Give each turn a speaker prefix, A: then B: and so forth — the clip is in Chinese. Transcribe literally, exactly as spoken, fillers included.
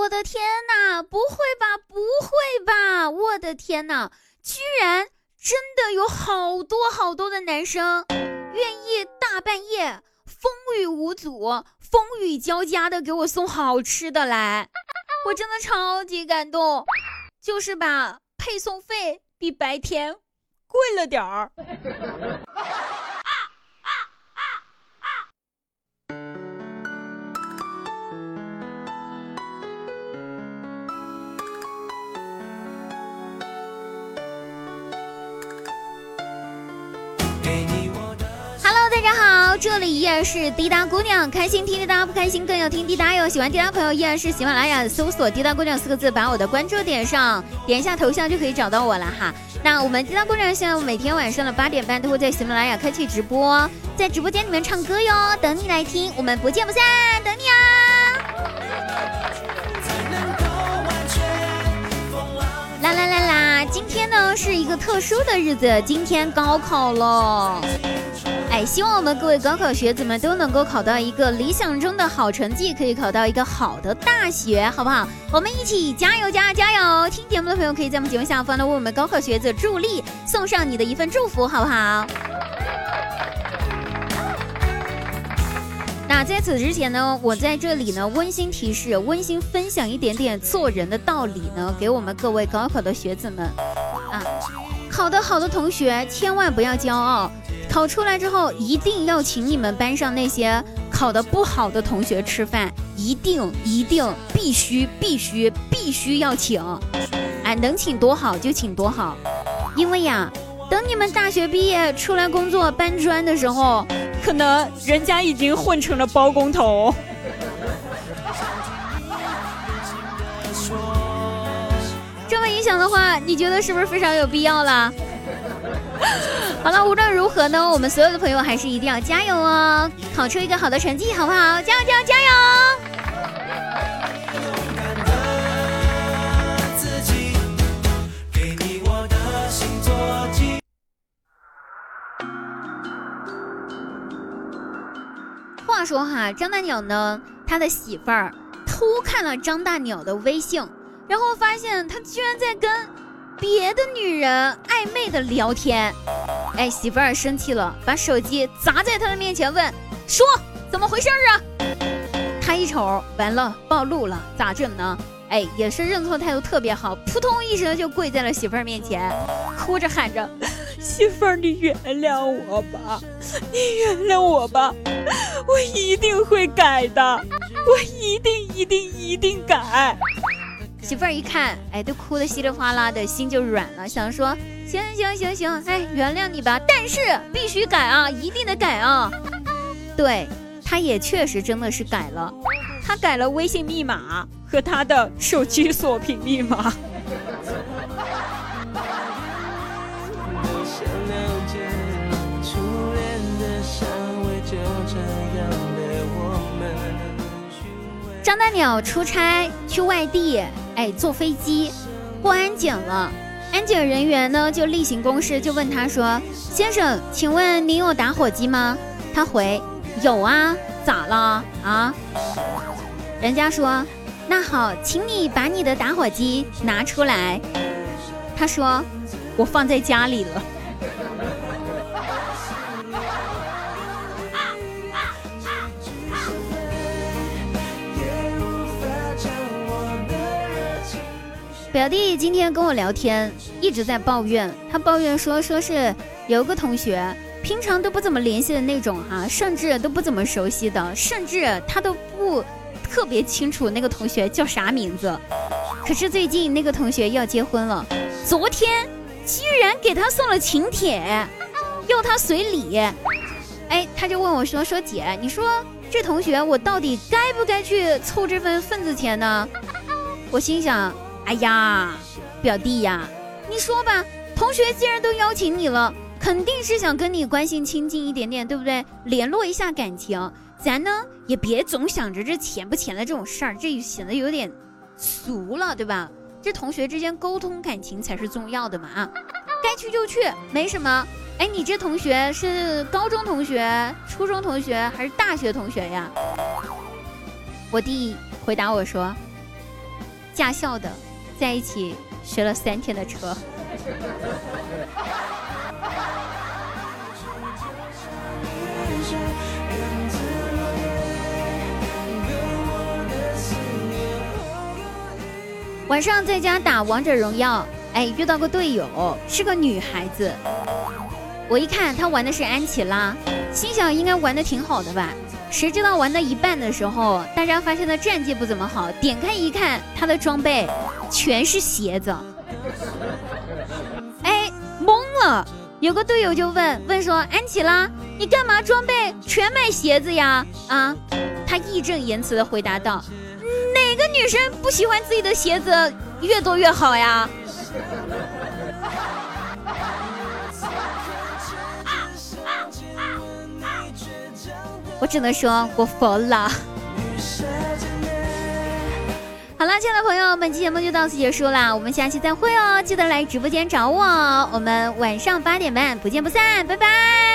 A: 我的天哪，不会吧，不会吧，我的天哪，居然真的有好多好多的男生愿意大半夜风雨无阻风雨交加的给我送好吃的来，我真的超级感动，就是吧，配送费比白天贵了点儿。大家好，这里依然是滴答姑娘，开心听滴答，不开心更要听滴答哟。喜欢滴答朋友依然是喜马拉雅搜索滴答姑娘四个字，把我的关注点上，点一下头像就可以找到我了哈。那我们滴答姑娘现在每天晚上的八点半都会在喜马拉雅开启直播，在直播间里面唱歌哟，等你来听，我们不见不散，等你啊！啦啦啦啦，今天呢是一个特殊的日子，今天高考了。哎，希望我们各位高考学子们都能够考到一个理想中的好成绩，可以考到一个好的大学，好不好？我们一起加油加油加油！听节目的朋友可以在我们节目下方呢为我们高考学子助力，送上你的一份祝福，好不好？那在此之前呢，我在这里呢温馨提示，温馨分享一点点做人的道理呢，给我们各位高考的学子们啊。考得好的同学千万不要骄傲，考出来之后一定要请你们班上那些考得不好的同学吃饭，一定一定必须必须必须要请，哎，能请多好就请多好，因为呀，等你们大学毕业出来工作搬砖的时候，可能人家已经混成了包工头。这么影响的话，你觉得是不是非常有必要了？好了，无论如何呢，我们所有的朋友还是一定要加油哦，考出一个好的成绩，好不好？加油加油加油！话说哈，张大鸟呢，他的媳妇儿偷看了张大鸟的微信，然后发现他居然在跟别的女人暧昧的聊天。哎，媳妇儿生气了，把手机砸在他的面前，问说怎么回事啊？他一瞅，完了，暴露了，咋整呢？哎，也是认错态度特别好，扑通一声就跪在了媳妇儿面前，哭着喊着，媳妇儿你原谅我吧，你原谅我吧，我一定会改的，我一定一定一定改。媳妇儿一看，哎，都哭得稀里哗啦的，心就软了，想说行行行行，哎，原谅你吧，但是必须改啊，一定得改啊。对，他也确实真的是改了，他改了微信密码和他的手机锁屏密码。张大鸟出差去外地，哎，坐飞机过安检了，安检人员呢就例行公事，就问他说，先生，请问您有打火机吗？他回，有啊，咋了啊？人家说，那好，请你把你的打火机拿出来。他说，我放在家里了。表弟今天跟我聊天，一直在抱怨，他抱怨说说是有个同学平常都不怎么联系的那种哈、啊，甚至都不怎么熟悉的，甚至他都不特别清楚那个同学叫啥名字。可是最近那个同学要结婚了，昨天居然给他送了请帖，要他随礼。哎，他就问我说说姐，你说这同学我到底该不该去凑这份份子钱呢？我心想，哎呀，表弟呀，你说吧，同学既然都邀请你了，肯定是想跟你关系亲近一点点，对不对？联络一下感情，咱呢也别总想着这钱不钱的这种事儿，这显得有点俗了，对吧？这同学之间沟通感情才是重要的嘛啊，该去就去，没什么。哎，你这同学是高中同学、初中同学还是大学同学呀？我弟回答我说， 驾校的，在一起学了三天的车。晚上在家打王者荣耀，哎，遇到个队友是个女孩子，我一看她玩的是安琪拉，心想应该玩的挺好的吧。谁知道玩到一半的时候，大家发现她战绩不怎么好，点开一看，她的装备全是鞋子，哎，懵了。有个队友就问问说，安琪拉，你干嘛装备全买鞋子呀？啊，她义正言辞的回答道，哪个女生不喜欢自己的鞋子越多越好呀？我只能说我服了。好了，亲爱的朋友，本期节目就到此结束啦，我们下期再会哦，记得来直播间找我，我们晚上八点半不见不散，拜拜。